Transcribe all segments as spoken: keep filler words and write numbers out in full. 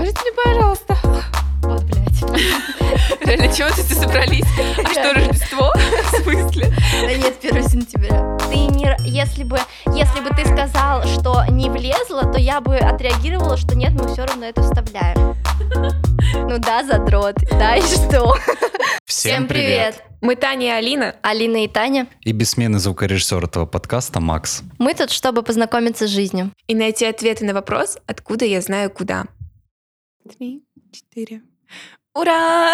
Скажите мне, пожалуйста. Вот, блядь. Реально, чего тут собрались? А что, Рождество? В смысле? Да нет, первого сентября. Ты не... Если бы, если бы ты сказал, что не влезла, то я бы отреагировала, что нет, мы все равно это вставляем. Ну да, задрот. Да, и что? Всем привет! Мы Таня и Алина. Алина и Таня. И бессменный звукорежиссер этого подкаста Макс. Мы тут, чтобы познакомиться с жизнью. И найти ответы на вопрос, откуда я знаю куда. Три, четыре. Ура!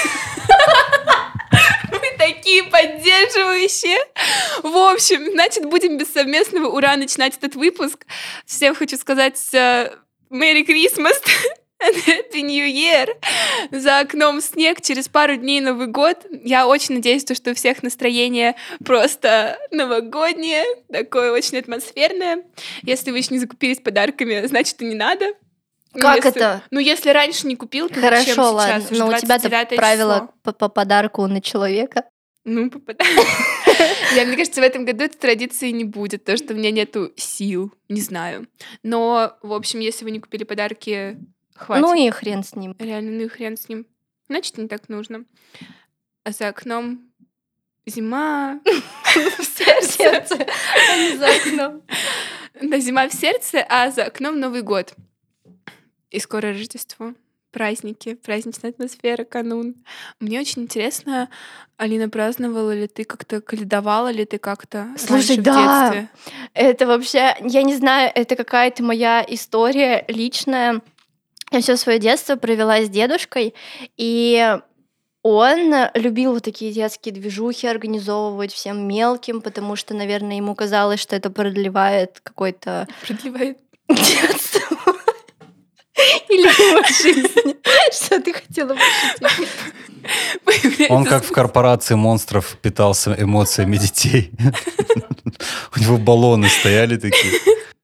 Мы такие поддерживающие. В общем, значит, будем без совместного ура начинать этот выпуск. Всем хочу сказать Merry Christmas and Happy New Year. За окном снег, через пару дней Новый год. Я очень надеюсь, что у всех настроение просто новогоднее, такое очень атмосферное. Если вы еще не закупились подарками, значит, и не надо. Как ну, если, это? Ну, если раньше не купил, то Хорошо, зачем ладно. сейчас? Уже Но у тебя-то двадцать девятое правило число. по, по подарку на человека. Ну, попадай. Я, мне кажется, в этом году этой традиции не будет, потому что у меня нету сил, не знаю. Но, в общем, если вы не купили подарки, хватит. Ну и хрен с ним. Реально, ну и хрен с ним. Значит, не так нужно. А за окном зима в сердце. А не за окном. Да, зима в сердце, а за окном Новый год. И скоро Рождество. Праздники, праздничная атмосфера, канун. Мне очень интересно, Алина, праздновала ли ты как-то, каледовала ли ты как-то Слушай, раньше да. в детстве? Это вообще, я не знаю, это какая-то моя история личная. Я все свое детство провела с дедушкой, и он любил вот такие детские движухи организовывать всем мелким, потому что, наверное, ему казалось, что это продлевает какой-то Продлевает. детство. Или его жизнь. Что ты хотела пошутить? Он как в корпорации монстров питался эмоциями детей. У него баллоны стояли такие.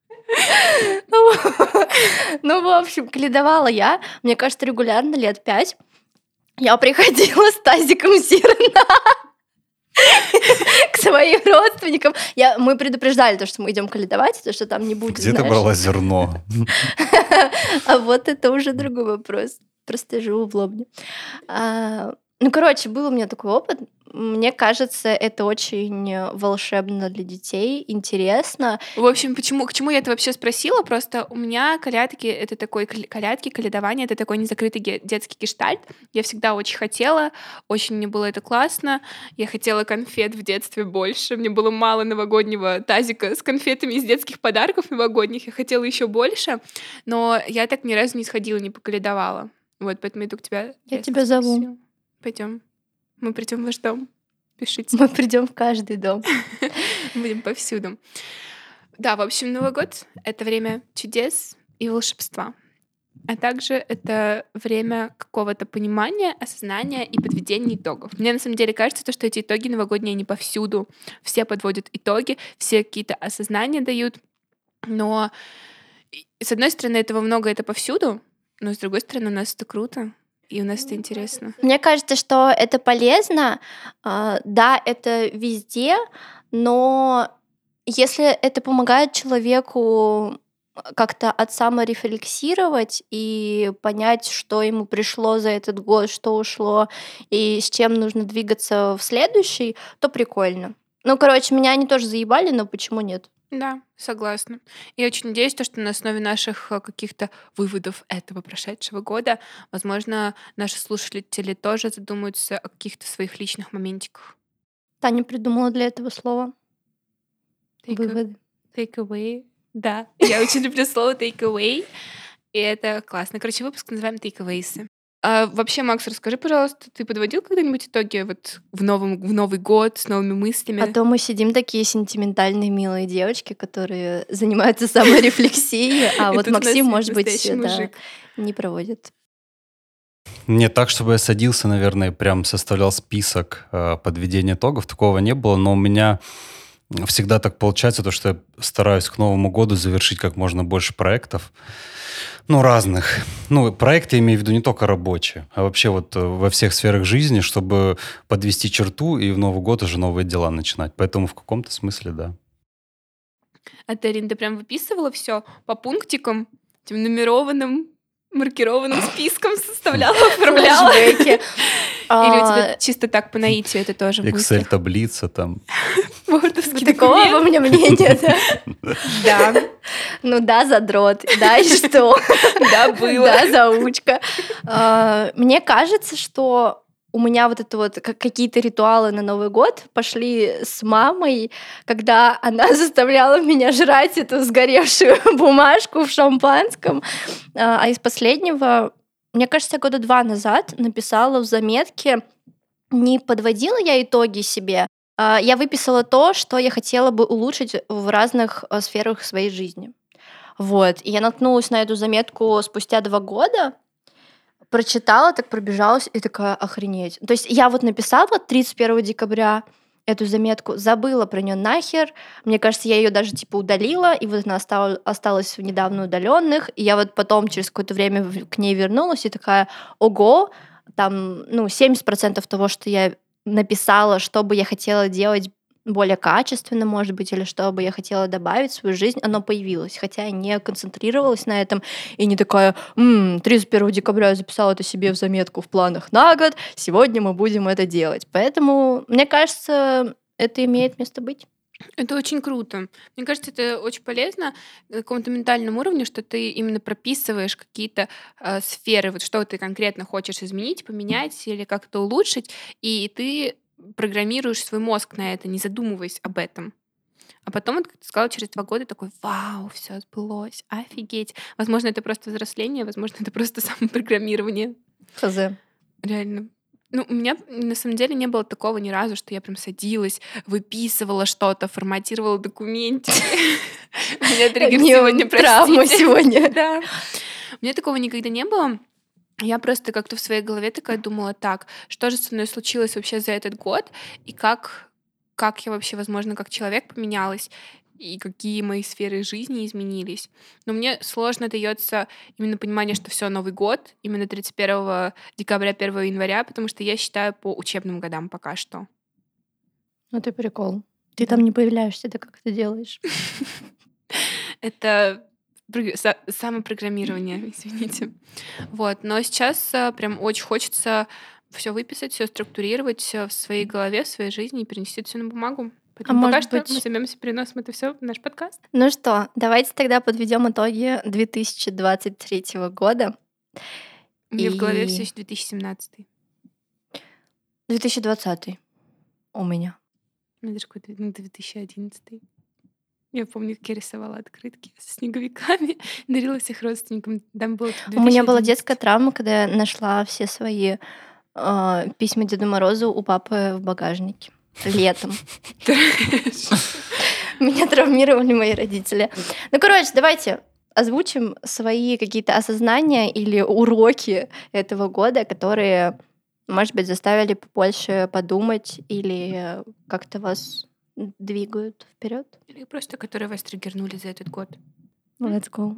Ну, в общем, каледовала я, мне кажется, регулярно лет пять. Я приходила с тазиком зерна к своим родственникам. Я, мы предупреждали то, что мы идем каледовать, то, что там не будет, Где ты знаешь. брала зерно? А вот это уже другой вопрос. Просто живу в Лобне. А, ну, короче, был у меня такой опыт. Мне кажется, это очень волшебно для детей, интересно. В общем, почему, к чему я это вообще спросила? Просто у меня колядки — это такой колядки, каледование — это такой незакрытый ге- детский гештальт. Я всегда очень хотела, очень мне было это классно. Я хотела конфет в детстве больше. Мне было мало новогоднего тазика с конфетами из детских подарков новогодних. Я хотела еще больше, но я так ни разу не сходила, не покаледовала. Вот, поэтому иду к тебе. Я тебя зову. Пойдем. Мы придем в ваш дом. Пишите. Мы придем в каждый дом. Будем повсюду. Да, в общем, Новый год — это время чудес и волшебства. А также это время какого-то понимания, осознания и подведения итогов. Мне на самом деле кажется, то, что эти итоги новогодние, они повсюду. Все подводят итоги, все какие-то осознания дают. Но, с одной стороны, этого много, это повсюду, но, с другой стороны, у нас это круто. И у нас это интересно. Мне кажется, что это полезно. А, Да, это везде, но если это помогает человеку как-то отсаморефлексировать и понять, что ему пришло за этот год, что ушло и с чем нужно двигаться в следующий, то прикольно. Ну, короче, меня они тоже заебали, но почему нет? Да, согласна. И очень надеюсь, то, что на основе наших э, каких-то выводов этого прошедшего года, возможно, наши слушатели тоже задумаются о каких-то своих личных моментиках. Таня придумала для этого слово. Take, a- Выводы. take away. Да, я очень люблю слово take away. И это классно. Короче, выпуск называем takeaways. А вообще, Макс, расскажи, пожалуйста, ты подводил когда-нибудь итоги вот в, новом, в Новый год с новыми мыслями? А то мы сидим такие сентиментальные, милые девочки, которые занимаются саморефлексией, а И вот тут у нас Максим, может быть, настоящий да, мужик. не проводит. Не так, чтобы я садился, наверное, прям составлял список э, подведения итогов. Такого не было, но у меня всегда так получается, то, что я стараюсь к Новому году завершить как можно больше проектов. Ну, разных. Ну, проекты, я имею в виду, не только рабочие, а вообще вот э, во всех сферах жизни, чтобы подвести черту и в Новый год уже новые дела начинать. Поэтому в каком-то смысле, да. А ты, Арин, ты прям выписывала все по пунктикам, этим нумерованным маркированным списком составляла, оформляла? Флэшбэки. Или у А, тебя чисто так по наитию это тоже в мыслях? Excel-таблица там. Вордовский Такого документ? во мне мнения, да? Да, Ну да, задрот. Да, и что? да, было. Да, заучка. А, Мне кажется, что у меня вот это вот как- какие-то ритуалы на Новый год пошли с мамой, когда она заставляла меня жрать эту сгоревшую бумажку в шампанском. А а из последнего, мне кажется, года два назад написала в заметке, не подводила я итоги себе, а я выписала то, что я хотела бы улучшить в разных э, сферах своей жизни. Вот. И я наткнулась на эту заметку спустя два года, прочитала, так пробежалась и такая: охренеть. То есть я вот написала тридцать первого декабря эту заметку, забыла про нее нахер. Мне кажется, я ее даже типа удалила, и вот она остала- осталась в недавно удаленных. И я вот потом через какое-то время в- к ней вернулась и такая: ого, там, ну, семьдесят процентов того, что я написала, что бы я хотела делать более качественно, может быть, или что бы я хотела добавить в свою жизнь, оно появилось. Хотя я не концентрировалась на этом и не такая: «М, тридцать первого декабря я записала это себе в заметку в планах на год, сегодня мы будем это делать». Поэтому, мне кажется, это имеет место быть. Это очень круто. Мне кажется, это очень полезно на каком-то ментальном уровне, что ты именно прописываешь какие-то э, сферы, вот что ты конкретно хочешь изменить, поменять или как-то улучшить, и ты программируешь свой мозг на это, не задумываясь об этом. А потом, вот, как ты сказала, через два года такой: вау, все сбылось, офигеть. Возможно, это просто взросление, возможно, это просто самопрограммирование. Хз. Реально. Ну, у меня на самом деле не было такого ни разу, что я прям садилась, выписывала что-то, форматировала документики. У меня триггер сегодня, Травма простите. сегодня. Да. У меня такого никогда не было. Я просто как-то в своей голове такая думала: так, что же со мной случилось вообще за этот год, и как, как я вообще, возможно, как человек поменялась, и какие мои сферы жизни изменились. Но мне сложно дается именно понимание, что все Новый год, именно тридцать первого декабря, первого января, потому что я считаю по учебным годам пока что. Ну ты прикол. Ты Да. там не появляешься, ты как это делаешь? Это прыг- са- самопрограммирование, извините. Вот. Но сейчас а, прям очень хочется все выписать, все структурировать всё в своей голове, в своей жизни и перенести все на бумагу. А Поэтому пока может что мы быть... займемся переносом это все в наш подкаст. Ну что, давайте тогда подведем итоги две тысячи двадцать третьего года У меня в голове все и еще две тысячи семнадцатый. две тысячи двадцатый у меня. У меня даже какой-то ну, две тысячи одиннадцатый. Я помню, как я рисовала открытки со снеговиками, дарила всех родственникам. Там было У меня была две тысячи одиннадцатый. детская травма, когда я нашла все свои а, письма Деду Морозу у папы в багажнике летом. Меня травмировали мои родители. Ну, короче, давайте озвучим свои какие-то осознания или уроки этого года, которые, может быть, заставили побольше подумать или как-то вас двигают вперед. Или просто которые вас триггернули за этот год. Let's go.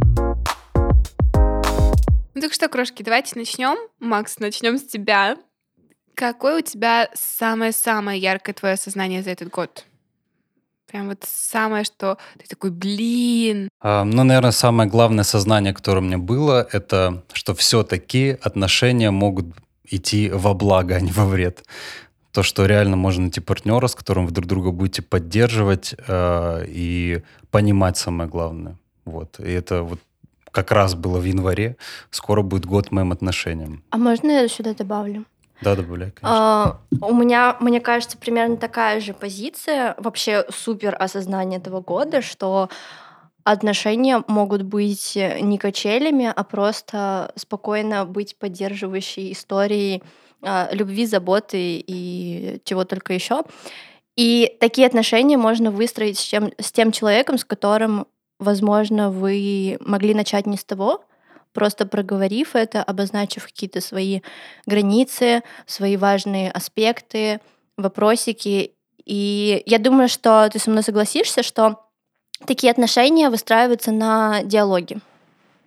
Ну так что, крошки, давайте начнем. Макс, начнем с тебя. Какое у тебя самое-самое яркое твое осознание за этот год? Прям вот самое, что ты такой: блин. А, Ну, наверное, самое главное сознание, которое у меня было, это что все-таки отношения могут идти во благо, а не во вред. То, что реально можно найти партнера, с которым вы друг друга будете поддерживать э, и понимать самое главное. Вот. И это вот как раз было в январе. Скоро будет год моим отношениям. А можно я сюда добавлю? Да, добавляй, конечно. А, у меня, мне кажется, примерно такая же позиция, вообще супер осознание этого года, что отношения могут быть не качелями, а просто спокойно быть поддерживающей историей а, любви, заботы и чего только еще. И такие отношения можно выстроить с, чем, с тем человеком, с которым, возможно, вы могли начать не с того, просто проговорив это, обозначив какие-то свои границы, свои важные аспекты, вопросики. И я думаю, что ты со мной согласишься, что такие отношения выстраиваются на диалоге.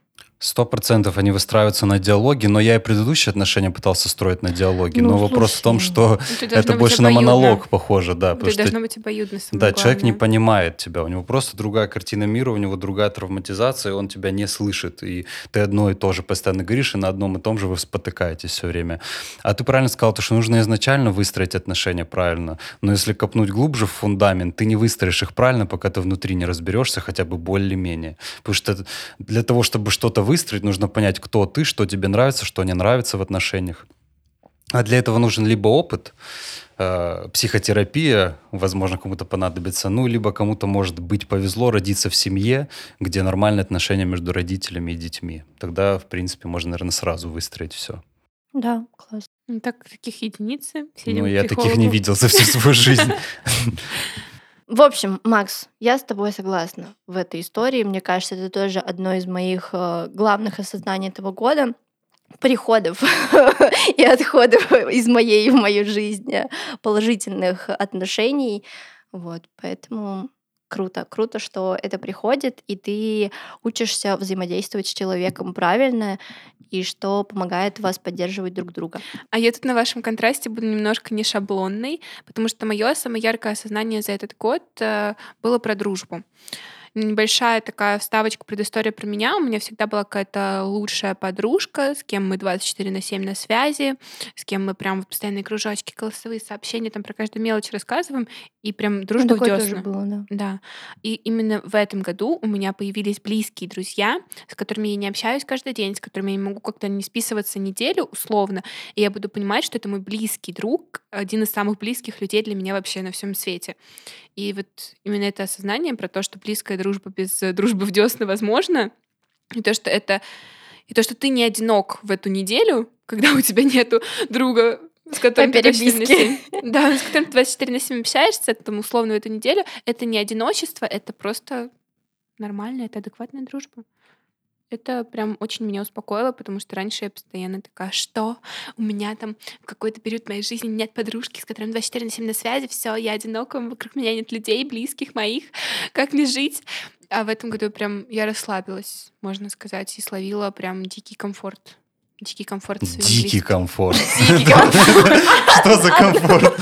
Сто процентов они выстраиваются на диалоге, но я и предыдущие отношения пытался строить на диалоге. Ну, но вопрос в том, слушай, что Это должно это быть больше на обоюдно. монолог похоже, да. Это Потому что должно быть обоюдно, самое да, человек не главное. понимает тебя, у него просто другая картина мира, у него другая травматизация, он тебя не слышит, и ты одно и то же постоянно говоришь, и на одном и том же вы спотыкаетесь все время. А ты правильно сказал, то, что нужно изначально выстроить отношения правильно, но если копнуть глубже в фундамент, ты не выстроишь их правильно, пока ты внутри не разберешься хотя бы более-менее. Потому что для того, чтобы что-то выстроить, нужно понять, кто ты, что тебе нравится, что не нравится в отношениях. А для этого нужен либо опыт, э, психотерапия, возможно, кому-то понадобится, ну, либо кому-то, может быть, повезло родиться в семье, где нормальные отношения между родителями и детьми. Тогда, в принципе, можно, наверное, сразу выстроить все. Да, класс. Ну, так, таких единицы. Все Но идем к я таких не психологу. видел за всю свою жизнь. В общем, Макс, я с тобой согласна в этой истории. Мне кажется, это тоже одно из моих э, главных осознаний этого года. Приходов и отходов из моей в мою жизнь э, положительных отношений. Вот, поэтому круто. Круто, что это приходит, и ты учишься взаимодействовать с человеком правильно, и что помогает вас поддерживать друг друга. А я тут на вашем контрасте буду немножко не шаблонной, потому что мое самое яркое осознание за этот год э, было про дружбу. Небольшая такая вставочка, предыстория про меня. У меня всегда была какая-то лучшая подружка, с кем мы двадцать четыре на семь на связи, с кем мы прям вот постоянные кружочки, голосовые сообщения, там про каждую мелочь рассказываем, и прям Ну, дружба в такое тоже десна. было, да. Да. И именно в этом году у меня появились близкие друзья, с которыми я не общаюсь каждый день, с которыми я не могу как-то не списываться неделю условно, и я буду понимать, что это мой близкий друг, один из самых близких людей для меня вообще на всем свете. И вот именно это осознание про то, что близкая дружба без э, дружбы в десна возможно, и то, что это и то, что ты не одинок в эту неделю, когда у тебя нету друга, с которым По ты двадцать четыре на переписке. семь. Да, с которым ты двадцать четыре на семь общаешься, там, условно, в эту неделю. Это не одиночество, это просто нормально, это адекватная дружба. Это прям очень меня успокоило, потому что раньше я постоянно такая, что у меня там в какой-то период моей жизни нет подружки, с которой двадцать четыре на семь на связи, все, я одинока, вокруг меня нет людей, близких моих, как мне жить? А в этом году прям я расслабилась, можно сказать, и словила прям дикий комфорт. Дикий комфорт с своими Дикий близкими. комфорт. Дикий комфорт. Что за комфорт?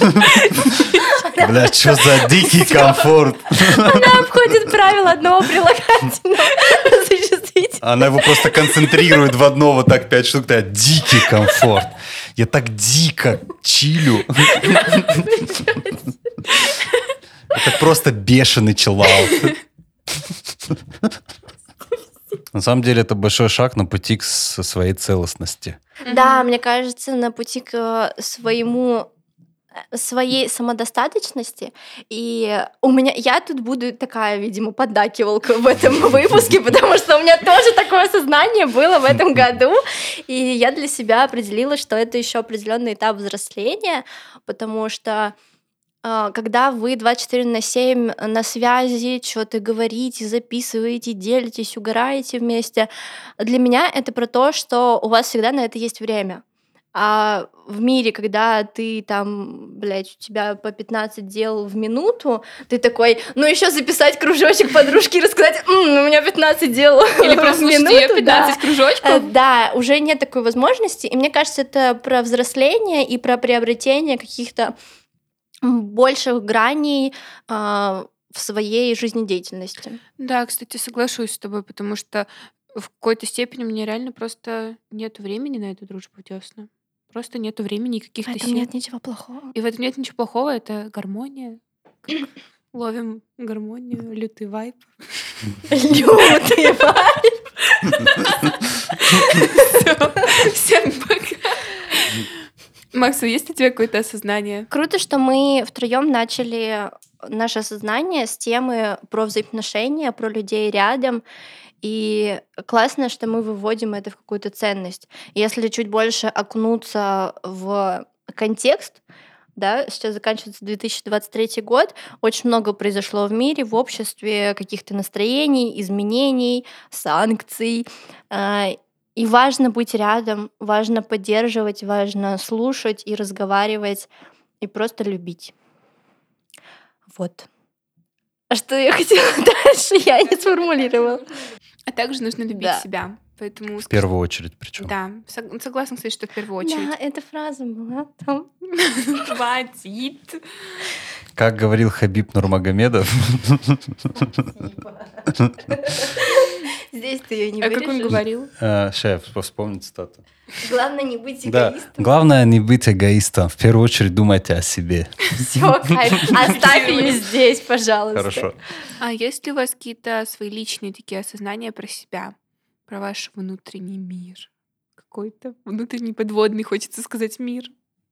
Бля, что за дикий комфорт? Она обходит правила одного прилагательного существительного. Она его просто концентрирует в одно вот так пять штук. Да, дикий комфорт. Я так дико чилю. Это просто бешеный чиллаут. На самом деле это большой шаг на пути к с- своей целостности. Да, мне кажется, на пути к э, своему э, своей самодостаточности. И у меня я тут буду такая, видимо, поддакивалка в этом выпуске, потому что у меня тоже такое сознание было в этом году. И я для себя определила, что это еще определенный этап взросления, потому что а, когда вы двадцать четыре на семь на связи, что-то говорите, записываете, делитесь, угораете вместе, для меня это про то, что у вас всегда на это есть время. А в мире, когда ты там, блядь, у тебя по пятнадцать дел в минуту, ты такой, ну еще записать кружочек подружки и рассказать, «М, у меня пятнадцать дел Или в прослушайте ее минуту», пятнадцать Э, кружочков. Да, уже нет такой возможности. И мне кажется, это про взросление и про приобретение каких-то м, больших граней а, в своей жизнедеятельности. Да, кстати, соглашусь с тобой, потому что в какой-то степени у меня реально просто нет времени на эту дружбу в десна. Просто нету времени и В каких-то этом сил. нет ничего плохого. И в этом нет ничего плохого, это гармония. Как ловим гармонию, лютый вайб. Лютый вайб. Всё. Всем пока. Макс, а есть у тебя какое-то осознание? Круто, что мы втроем начали наше осознание с темы про взаимоотношения, про людей рядом. И классно, что мы выводим это в какую-то ценность. Если чуть больше окунуться в контекст, да, сейчас заканчивается две тысячи двадцать третий год, очень много произошло в мире, в обществе, каких-то настроений, изменений, санкций. А, И важно быть рядом, важно поддерживать, важно слушать и разговаривать, и просто любить. Вот. А что я хотела дальше, я не сформулировала. А также нужно любить Да. себя, Поэтому... В первую очередь причем. Да, сог- согласна, кстати, что в первую очередь. Да, эта фраза была там. Хватит. Как говорил Хабиб Нурмагомедов. Здесь ты ее не А как он вырежешь. говорил? Сейчас я вспомню цитату. Главное не быть Да. эгоистом. Главное не быть эгоистом. В первую очередь думайте о себе. Все, кайф. Оставь ее здесь, пожалуйста. Хорошо. А есть ли у вас какие-то свои личные такие осознания про себя? Про ваш внутренний мир? Какой-то внутренний подводный, хочется сказать, мир.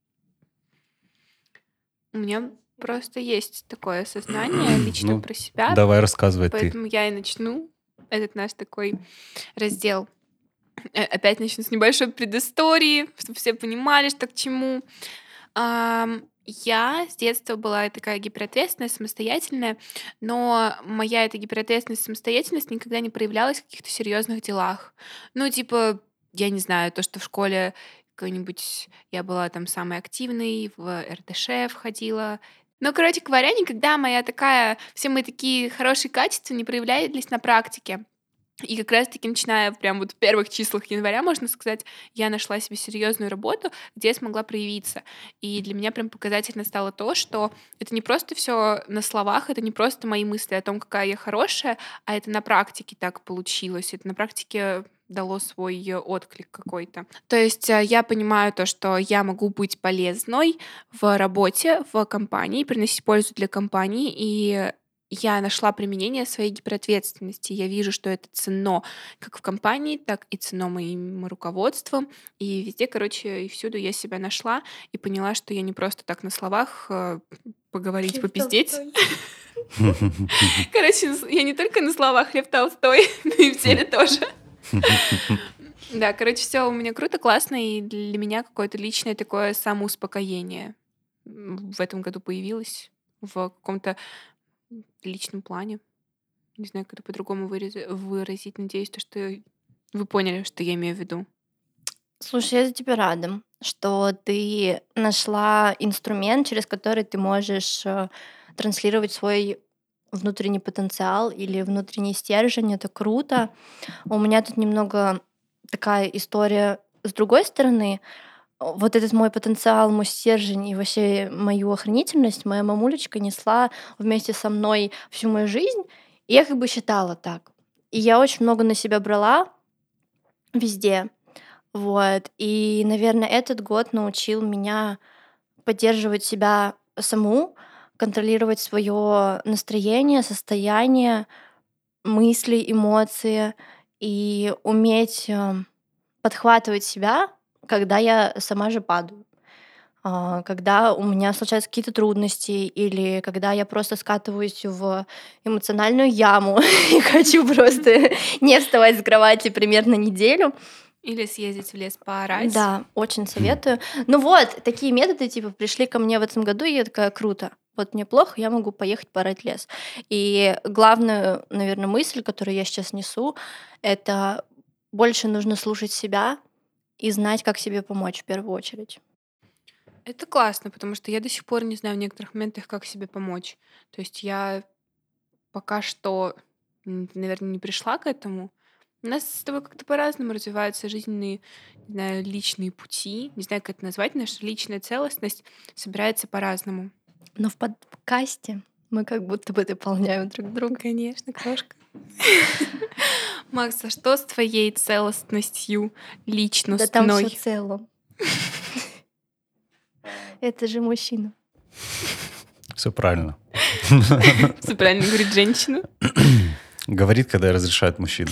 У меня просто есть такое осознание лично Ну, про себя, Давай рассказывай ты. поэтому я и начну этот наш такой раздел. Э, Опять начну с небольшой предыстории, чтобы все понимали, что к чему. Ам, Я с детства была такая гиперответственная, самостоятельная, но моя эта гиперответственность, самостоятельность никогда не проявлялась в каких-то серьезных делах. Ну, типа, я не знаю, то, что в школе какой-нибудь я была там самой активной, в эр дэ ш входила. Ну, короче говоря, никогда моя такая, все мои такие хорошие качества не проявлялись на практике. И как раз-таки, начиная прям вот в первых числах января, можно сказать, я нашла себе серьезную работу, где я смогла проявиться. И для меня прям показательно стало то, что это не просто все на словах, это не просто мои мысли о том, какая я хорошая, а это на практике так получилось. Это на практике дало свой э, отклик какой-то. То есть э, я понимаю то, что я могу быть полезной в работе, в компании, приносить пользу для компании, и я нашла применение своей гиперответственности. Я вижу, что это ценно как в компании, так и ценно моим руководством. И везде, короче, и всюду я себя нашла и поняла, что я не просто так на словах э, поговорить, Лев попиздеть. Толстой. Короче, я не только на словах Лев Толстой, но и в деле тоже. Да, короче, все у меня круто, классно, и для меня какое-то личное такое самоуспокоение м, в этом году появилось в каком-то личном плане. Не знаю, как это по-другому выраз- выразить. Надеюсь, то, что вы поняли, что я имею в виду. Слушай, я за тебя рада, что ты нашла инструмент, через который ты можешь э, транслировать свой внутренний потенциал или внутренний стержень. Это круто. У меня тут немного такая история с другой стороны. О, Вот этот мой потенциал, мой стержень и вообще мою охранительность моя мамулечка несла вместе со мной всю мою жизнь. И я как бы считала так. И я очень много на себя брала везде. Вот. И, наверное, этот год научил меня поддерживать себя саму, контролировать свое настроение, состояние, мысли, эмоции и уметь э, подхватывать себя, когда я сама же падаю. А, Когда у меня случаются какие-то трудности или когда я просто скатываюсь в эмоциональную яму и хочу просто не вставать с кровати примерно неделю. Или съездить в лес поорать. Да, очень советую. Ну вот, такие методы типа пришли ко мне в этом году, и я такая, круто. Вот мне плохо, я могу поехать поорать лес. И главную, наверное, мысль, которую я сейчас несу, это больше нужно слушать себя и знать, как себе помочь в первую очередь. Это классно, потому что я до сих пор не знаю в некоторых моментах, как себе помочь. То есть я пока что, наверное, не пришла к этому. У нас с тобой как-то по-разному развиваются жизненные, не знаю, личные пути. Не знаю, как это назвать. Наша личная целостность собирается по-разному. Но в подкасте мы как будто бы дополняем друг друга. Конечно, крошка. Макс, а что с твоей целостностью Да там все личностной? цело. Это же мужчина. Все правильно. Все правильно говорит женщина. Говорит, когда разрешает мужчина.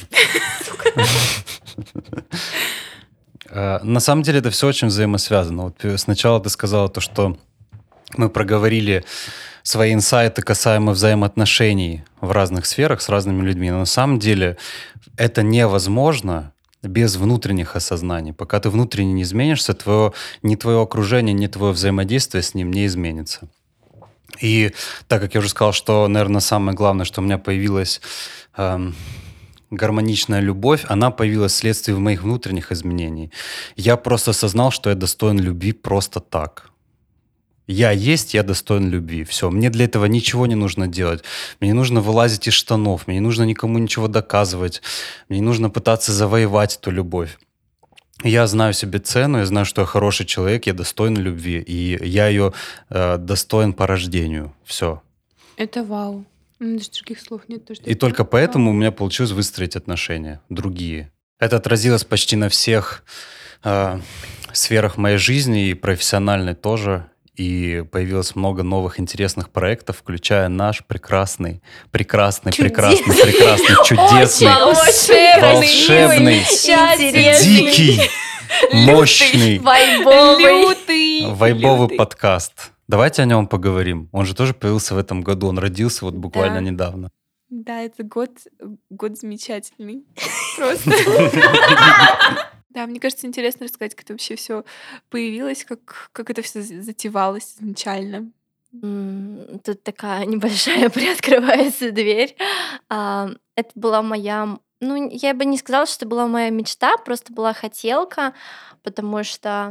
Э, На самом деле это все очень взаимосвязано. Вот э, сначала ты сказала то, что мы проговорили свои инсайты касаемо взаимоотношений в разных сферах с разными людьми. Но на самом деле это невозможно без внутренних осознаний. Пока ты внутренне не изменишься, твое, ни твое окружение, ни твое взаимодействие с ним не изменится. И так как я уже сказал, что, наверное, самое главное, что у меня появилась эм, гармоничная любовь, она появилась вследствие моих внутренних изменений. Я просто осознал, что я достоин любви просто так. Я есть, я достоин любви. Все, мне для этого ничего не нужно делать. Мне не нужно вылазить из штанов, мне не нужно никому ничего доказывать, мне не нужно пытаться завоевать эту любовь. Я знаю себе цену, я знаю, что я хороший человек, я достоин любви, и я ее э, достоин по рождению. Все. Это вау. У меня даже других слов нет. То, что И это только вау. поэтому у меня получилось выстроить отношения другие. Это отразилось почти на всех э, сферах моей жизни, и профессиональной тоже. И появилось много новых интересных проектов, включая наш прекрасный, прекрасный, прекрасный, прекрасный, чудесный, волшебный, дикий, мощный, вайбовый. Лютый. вайбовый Лютый. подкаст. Давайте о нем поговорим. Он же тоже появился в этом году. Он родился вот буквально Да. недавно. Да, это год, год замечательный. Просто. Да, мне кажется, интересно рассказать, как это вообще все появилось, как, как это все затевалось изначально. М, Тут такая небольшая приоткрывается дверь. А, Это была моя... Ну, я бы не сказала, что это была моя мечта, просто была хотелка, потому что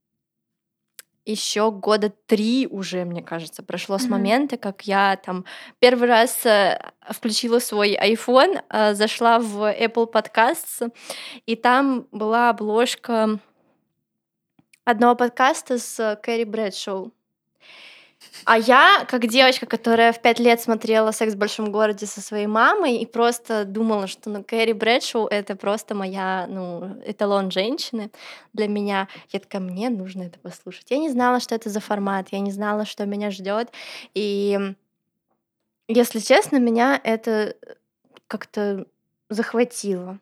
еще года три уже, мне кажется, прошло с Мгм. момента, как я там первый раз э, включила свой iPhone, э, зашла в Apple Podcasts, и там была обложка одного подкаста с Кэрри Брэдшоу. А я, как девочка, которая в пять лет смотрела «Секс в большом городе» со своей мамой и просто думала, что ну, Кэрри Брэдшоу — это просто моя, ну, эталон женщины для меня, я такая, мне нужно это послушать. Я не знала, что это за формат, я не знала, что меня ждет. И, если честно, меня это как-то захватило.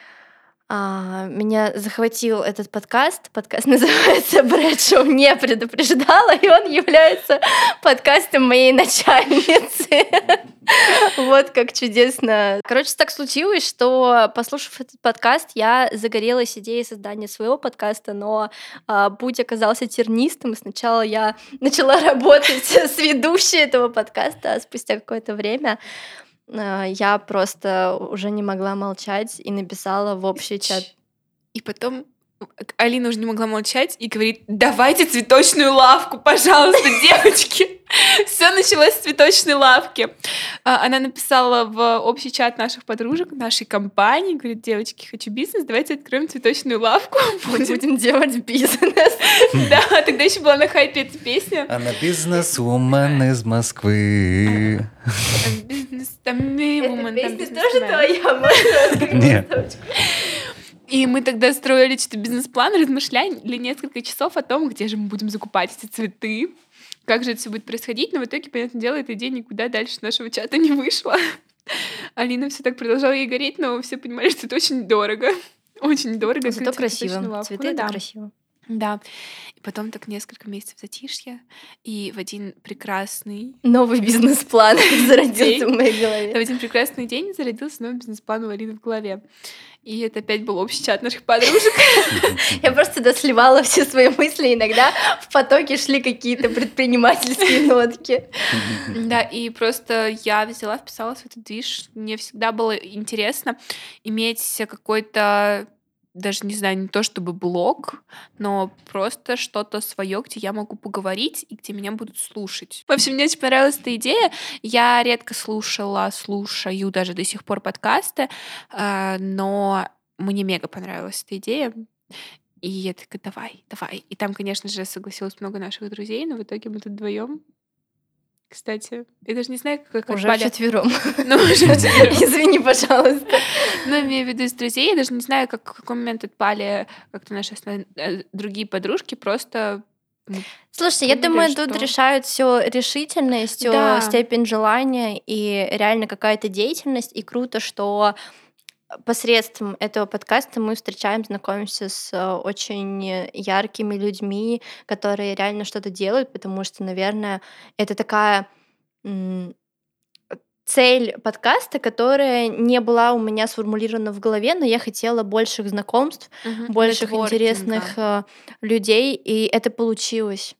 А, меня захватил этот подкаст. Подкаст называется «Брэдшоу не предупреждала», и он является подкастом моей начальницы. Вот как чудесно. Короче, так случилось, что, послушав этот подкаст, я загорелась идеей создания своего подкаста, но а, путь оказался тернистым. И сначала я начала работать с ведущей этого подкаста, а спустя какое-то время а, я просто уже не могла молчать и написала в общий чат. И потом Алина уже не могла молчать и говорит: давайте цветочную лавку, пожалуйста, девочки. Все началось с цветочной лавки. А, Она написала в общий чат наших подружек, нашей компании, говорит: девочки, хочу бизнес, давайте откроем цветочную лавку. Будем. Будем делать бизнес. Да, тогда еще была на хайпе эта песня. Она бизнес-вумен из Москвы. Там бизнес, там мимо, там бизнесмен. твоя? Нет. И мы тогда строили что-то бизнес-план, размышляли несколько часов о том, где же мы будем закупать эти цветы, как же это все будет происходить, но в итоге, понятное дело, эта идея никуда дальше нашего чата не вышла. Алина все так продолжала ей гореть, но все понимали, что это очень дорого. Очень дорого. Зато открыть цветочную красиво. лавку. Цветы — Ну это да. красиво. Да. И потом так несколько месяцев затишья, и в один прекрасный... Новый бизнес-план зародился День. в моей В голове. один прекрасный день зародился новый бизнес-план у Алины в голове. И это опять был общий чат наших подружек. Я просто туда сливала все свои мысли. Иногда в потоке шли какие-то предпринимательские нотки. Да, и просто я взяла, вписалась в этот движ. Мне всегда было интересно иметь какой-то, даже не знаю, не то чтобы блог, но просто что-то свое, где я могу поговорить и где меня будут слушать. В общем, мне очень понравилась эта идея. Я редко слушала, слушаю даже до сих пор подкасты, э, но мне мега понравилась эта идея. И я такая: давай, давай. И там, конечно же, согласилось много наших друзей, но в итоге мы тут вдвоем. Кстати, я даже не знаю, как Уже отпали. вчетвером. Ну, уже вчетвером. Извини, пожалуйста. Ну, имею в виду из друзей. Я даже не знаю, как, в какой момент отпали как-то наши основ- э, другие подружки. Просто мы Слушайте, я поняли, думаю, тут что- решают все решительностью, Да. степень желания и реально какая-то деятельность. И круто, что посредством этого подкаста мы встречаем, знакомимся с э, очень яркими людьми, которые реально что-то делают, потому что, наверное, это такая м, цель подкаста, которая не была у меня сформулирована в голове, но я хотела больших знакомств, Мгм. больших Нетворкинга. интересных э, людей, и это получилось.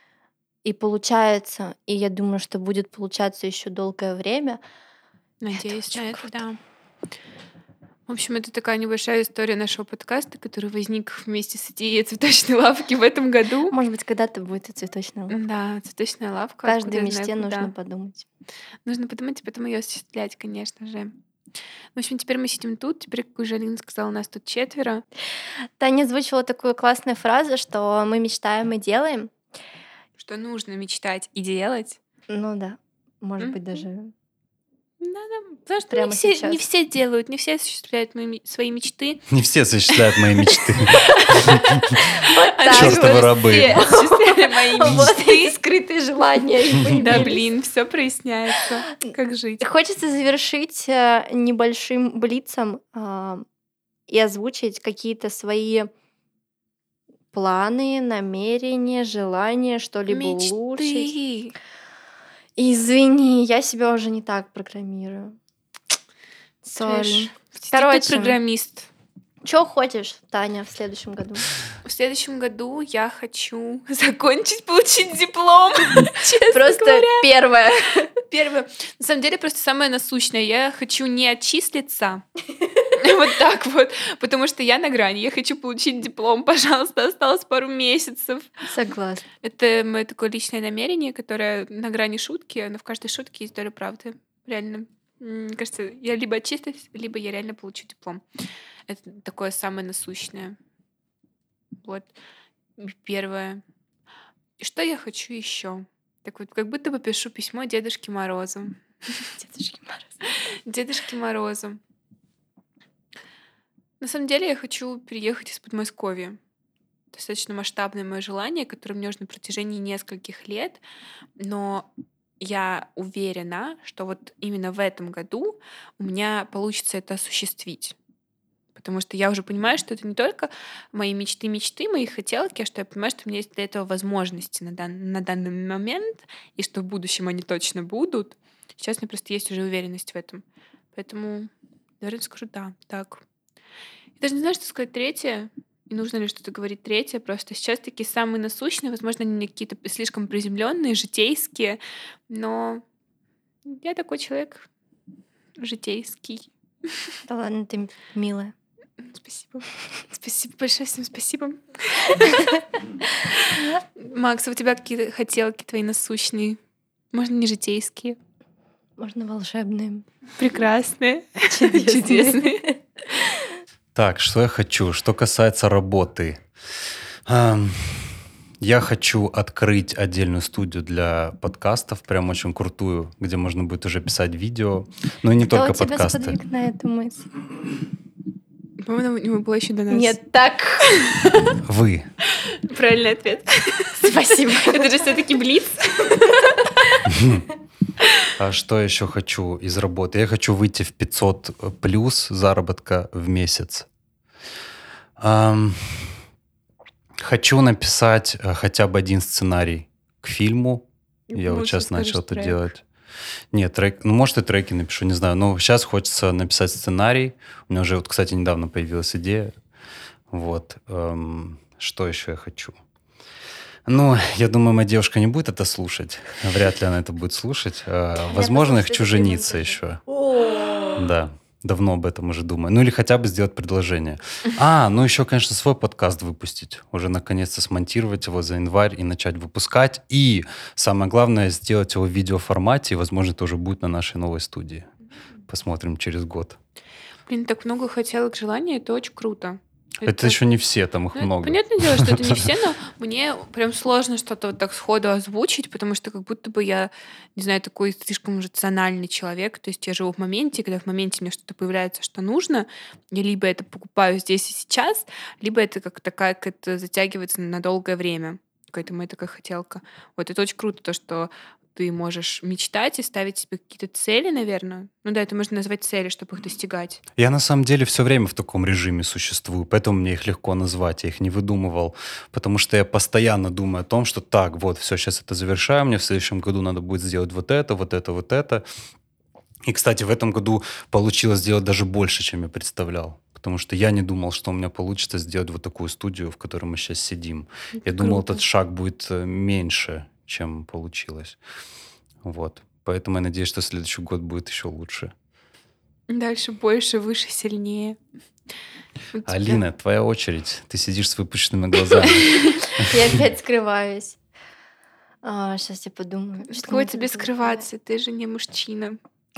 И получается, и я думаю, что будет получаться еще долгое время. Надеюсь очень на это, круто. да. В общем, это такая небольшая история нашего подкаста, который возник вместе с идеей цветочной лавки в этом году. Может быть, когда-то будет и цветочная лавка. Да, цветочная В лавка. каждой откуда я мечте знаю, нужно куда. подумать. Нужно подумать, и потом ее осуществлять, конечно же. В общем, теперь мы сидим тут. Теперь, как уже Алина сказала, у нас тут четверо. Таня озвучила такую классную фразу, что мы мечтаем и делаем. Что нужно мечтать и делать. Ну да, может быть, Мгм. даже Да, да. Потому что прямо не все, сейчас. не все делают, не все осуществляют мои ме- свои мечты. Не все осуществляют мои мечты. Вот так Чёртовы вот рабы. все. Осуществляли мои Вот мечты. эти скрытые желания и Да, появились. блин, все проясняется. Как жить? Хочется завершить э, небольшим блицом а, и озвучить какие-то свои планы, намерения, желания, что-либо улучшить. Мечты. Извини, я себя уже не так программирую. Трэш. Сори. Ты Короче, программист. что хочешь, Таня, в следующем году? В следующем году я хочу закончить, получить диплом. Честно Просто говоря. первое. Первое. На самом деле, просто самое насущное. Я хочу не отчислиться. Вот так вот. Потому что я на грани. Я хочу получить диплом. Пожалуйста, осталось пару месяцев. Согласна. Это мое такое личное намерение, которое на грани шутки, но в каждой шутке есть доля правды. Реально. М, Мне кажется, я либо отчислюсь, либо я реально получу диплом. Это такое самое насущное. Вот. Первое. И что я хочу еще? Так вот, как будто бы пишу письмо Дедушке Морозу. Дедушки Мороз. Дедушке Морозу. На самом деле я хочу переехать из Подмосковья. Достаточно масштабное мое желание, которое мне уже на протяжении нескольких лет, но я уверена, что вот именно в этом году у меня получится это осуществить. Потому что я уже понимаю, что это не только мои мечты-мечты, мои хотелки, а что я понимаю, что у меня есть для этого возможности на, дан- на данный момент, и что в будущем они точно будут. Сейчас у меня просто есть уже уверенность в этом. Поэтому, наверное, скажу да, так. Я даже не знаю, что сказать третье, и нужно ли что-то говорить третье. Просто сейчас такие самые насущные, возможно, они какие-то слишком приземленные, житейские, но я такой человек житейский. Да ладно, ты милая. Спасибо. Спасибо большое, всем спасибо. Макс, а у тебя какие хотелки твои насущные? Можно не житейские. Можно волшебные. Прекрасные. Чудесные. Чудесные. Так, что я хочу? Что касается работы. Ам, Я хочу открыть отдельную студию для подкастов, прям очень крутую, где можно будет уже писать видео. Ну и не Кто только тебя подкасты. сподвиг на эту мысль? По-моему, у него было еще до нас. Нет, так. Вы. Правильный ответ. Спасибо. Это же все-таки блиц. А что еще хочу из работы? Я хочу выйти в пятьсот плюс заработка в месяц. Ам, Хочу написать э, хотя бы один сценарий к фильму. Я вот Лучше сейчас скажешь начал это трек. делать. Нет, трек, ну, может, и треки напишу, не знаю. Но сейчас хочется написать сценарий. У меня уже, вот, кстати, недавно появилась идея. Вот. Эм, что еще я хочу? Ну, я думаю, моя девушка не будет это слушать. Вряд ли она это будет слушать. Э, Возможно, я хочу жениться еще. Да, давно об этом уже думаю. Ну, или хотя бы сделать предложение. А, ну еще, конечно, свой подкаст выпустить. Уже наконец-то смонтировать его за январь и начать выпускать. И самое главное, сделать его в видеоформате. И, возможно, это уже будет на нашей новой студии. Посмотрим через год. Блин, так много хотелок, желаний, это очень круто. Это, еще не все, там их Ну, это много. понятное дело, что это не все, но мне прям сложно что-то вот так сходу озвучить, потому что как будто бы я, не знаю, такой слишком рациональный человек. То есть я живу в моменте, когда в моменте мне что-то появляется, что нужно, я либо это покупаю здесь и сейчас, либо это как такая, как это затягивается на долгое время. Какая-то моя такая хотелка. Вот это очень круто, то, что ты можешь мечтать и ставить себе какие-то цели, наверное. Ну да, это можно назвать цели, чтобы их достигать. Я на самом деле все время в таком режиме существую, поэтому мне их легко назвать, я их не выдумывал, потому что я постоянно думаю о том, что так, вот, все, сейчас это завершаю, мне в следующем году надо будет сделать вот это, вот это, вот это. И, кстати, в этом году получилось сделать даже больше, чем я представлял. Потому что я не думал, что у меня получится сделать вот такую студию, в которой мы сейчас сидим. Это я думал, круто. этот шаг будет э, меньше, чем получилось. Вот. Поэтому я надеюсь, что следующий год будет еще лучше. Дальше больше, выше, сильнее. У тебя- Алина, твоя очередь. Ты сидишь с выпущенными глазами. Я опять скрываюсь. Сейчас я подумаю. что Чего мне тебе тут было скрываться? Ты же не мужчина.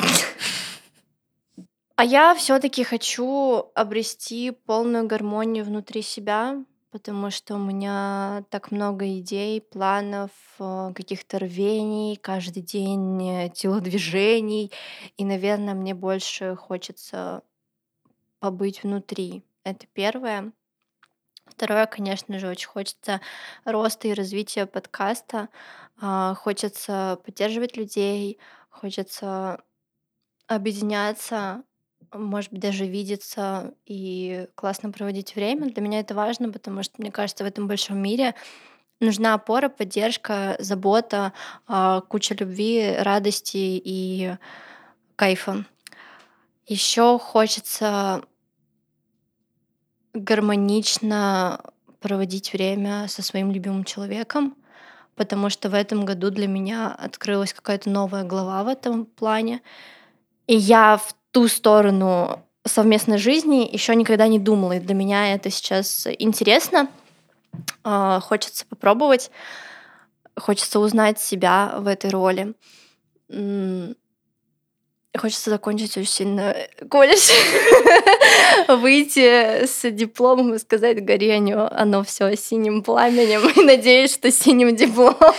А я все-таки хочу обрести полную гармонию внутри себя, потому что у меня так много идей, планов, э, каких-то рвений, каждый день э, телодвижений, и, наверное, мне больше хочется побыть внутри. Это первое. Второе, конечно же, очень хочется роста и развития подкаста. А, Хочется поддерживать людей, хочется объединяться, может быть, даже видеться и классно проводить время. Для меня это важно, потому что, мне кажется, в этом большом мире нужна опора, поддержка, забота, а, куча любви, радости и кайфа. Еще хочется гармонично проводить время со своим любимым человеком, потому что в этом году для меня открылась какая-то новая глава в этом плане. И я в ту сторону совместной жизни еще никогда не думала. И для меня это сейчас интересно. А, Хочется попробовать, хочется узнать себя в этой роли. М, Хочется закончить очень сильно колледж, выйти с дипломом и сказать горению, оно все синим пламенем, и надеюсь, что синим дипломом.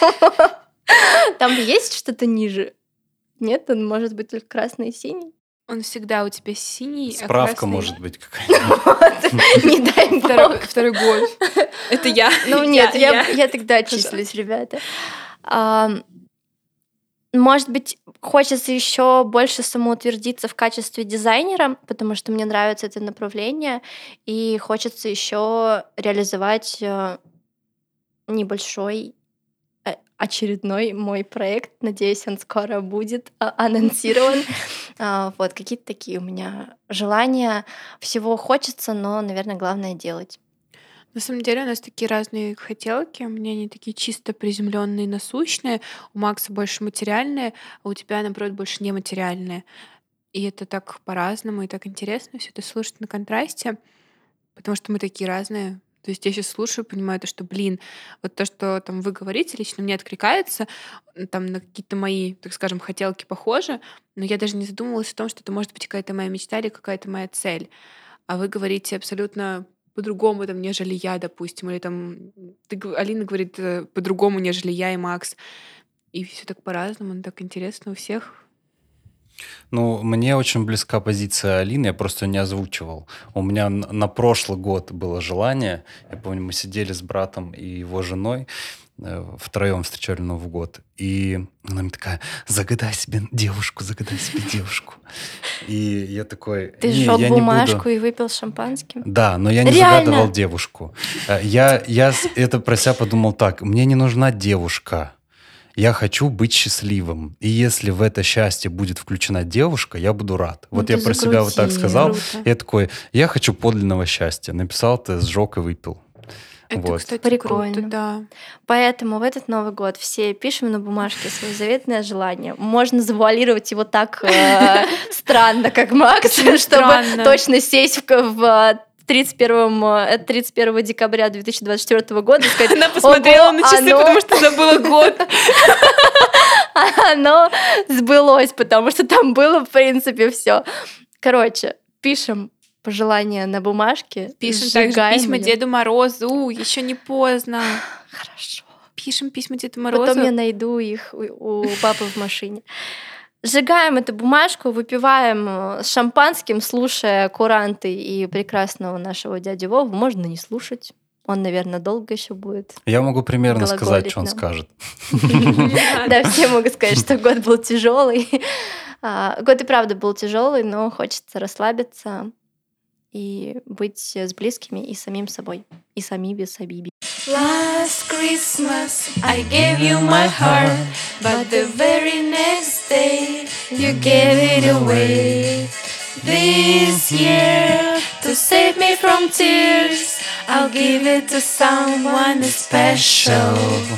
Там есть что-то ниже? Нет, он может быть только красный и синий. Он всегда у тебя синий, а Справка красный- может быть какая-нибудь. Вот, не дай Второй, бог. второй год. Это я. Ну Я- нет, я, я. я тогда отчислюсь, ребята. Ам, Может быть, хочется еще больше самоутвердиться в качестве дизайнера, потому что мне нравится это направление, и хочется еще реализовать э, небольшой э, очередной мой проект. Надеюсь, он скоро будет а, анонсирован. А, Вот какие-то такие у меня желания. Всего хочется, но, наверное, главное делать. На самом деле у нас такие разные хотелки. У меня они такие чисто приземленные, насущные. У Макса больше материальные, а у тебя, наоборот, больше нематериальные. И это так по-разному, и так интересно все это слушать на контрасте, потому что мы такие разные. То есть я сейчас слушаю, понимаю то, что, блин, вот то, что там вы говорите, лично мне откликается, м, там на какие-то мои, так скажем, хотелки похожи, но я даже не задумывалась о том, что это может быть какая-то моя мечта или какая-то моя цель. А вы говорите абсолютно по-другому, там, нежели я, допустим, или там ты, г- Алина говорит э, по-другому, нежели я и Макс. И все так по-разному, ну, так интересно у всех. Ну, мне очень близка позиция Алины, я просто не озвучивал. У меня н- на прошлый год было желание, я помню, мы сидели с братом и его женой, э, втроем встречали Новый год, и она мне такая: загадай себе девушку, загадай себе девушку. И я такой: Ты не, сжег я не бумажку буду. и выпил шампанским? Да, но я не Реально? загадывал девушку. Э, Я, я с- это про себя подумал так: мне не нужна девушка. Я хочу быть счастливым. И если в это счастье будет включена девушка, я буду рад. Ну Вот ты я про себя вот так закрутил. сказал. Круто. Я такой: я хочу подлинного счастья. Написал ты, сжег и выпил. Это, Вот. кстати, Прикольно. круто, да. Поэтому в этот Новый год все пишем на бумажке свое заветное желание. Можно завуалировать его так э, странно, как Макс, Почему чтобы странно? точно сесть в, к- в э, тридцать первого, э, тридцать первого декабря две тысячи двадцать четвёртого года и сказать: Она посмотрела «Ого, на часы, оно- потому что забыла год. оно сбылось, потому что там было, в принципе, все. Короче, пишем пожелания на бумажке. Пишем также сжигаем письма её. Деду Морозу. Еще не поздно. Хорошо. Пишем письма Деду Морозу. Потом я найду их у, у папы в машине. Сжигаем эту бумажку, выпиваем э, с шампанским, слушая куранты и прекрасного нашего дядю Вову. Можно не слушать. Он, наверное, долго еще будет. Я могу примерно сказать, Глаголить что он нам. скажет. Да, все могут сказать, что год был тяжелый. Год и правда был тяжелый, но хочется расслабиться и быть с близкими и самим собой. И самими собими. Last Christmas I gave you my heart, but the very next day you gave it away. This year, to save me from tears, I'll give it to someone special.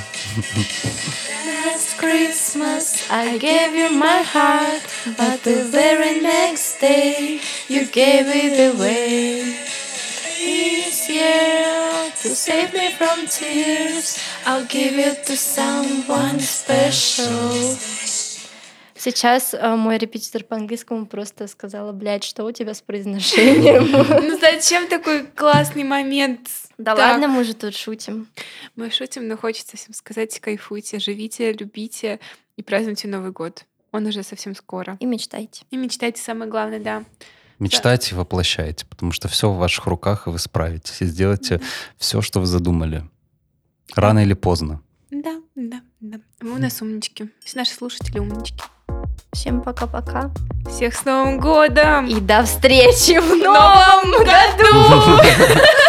Last Christmas I gave you my heart, but the very next day you gave it away. This year, to save me from tears, I'll give it to someone special. Сейчас э, мой репетитор по английскому просто сказала, блядь, что у тебя с произношением? Ну зачем такой классный момент? Да Так. ладно, мы же тут шутим. Мы шутим, но хочется всем сказать: кайфуйте, живите, любите и празднуйте Новый год. Он уже совсем скоро. И мечтайте. И мечтайте, самое главное, да. Мечтайте и воплощайте, потому что все в ваших руках, и вы справитесь. И сделайте все, что вы задумали. Рано или поздно. Да, да, да. Вы у нас умнички. Все наши слушатели умнички. Всем пока-пока. Всех с Новым годом! И до встречи в Новом новом году!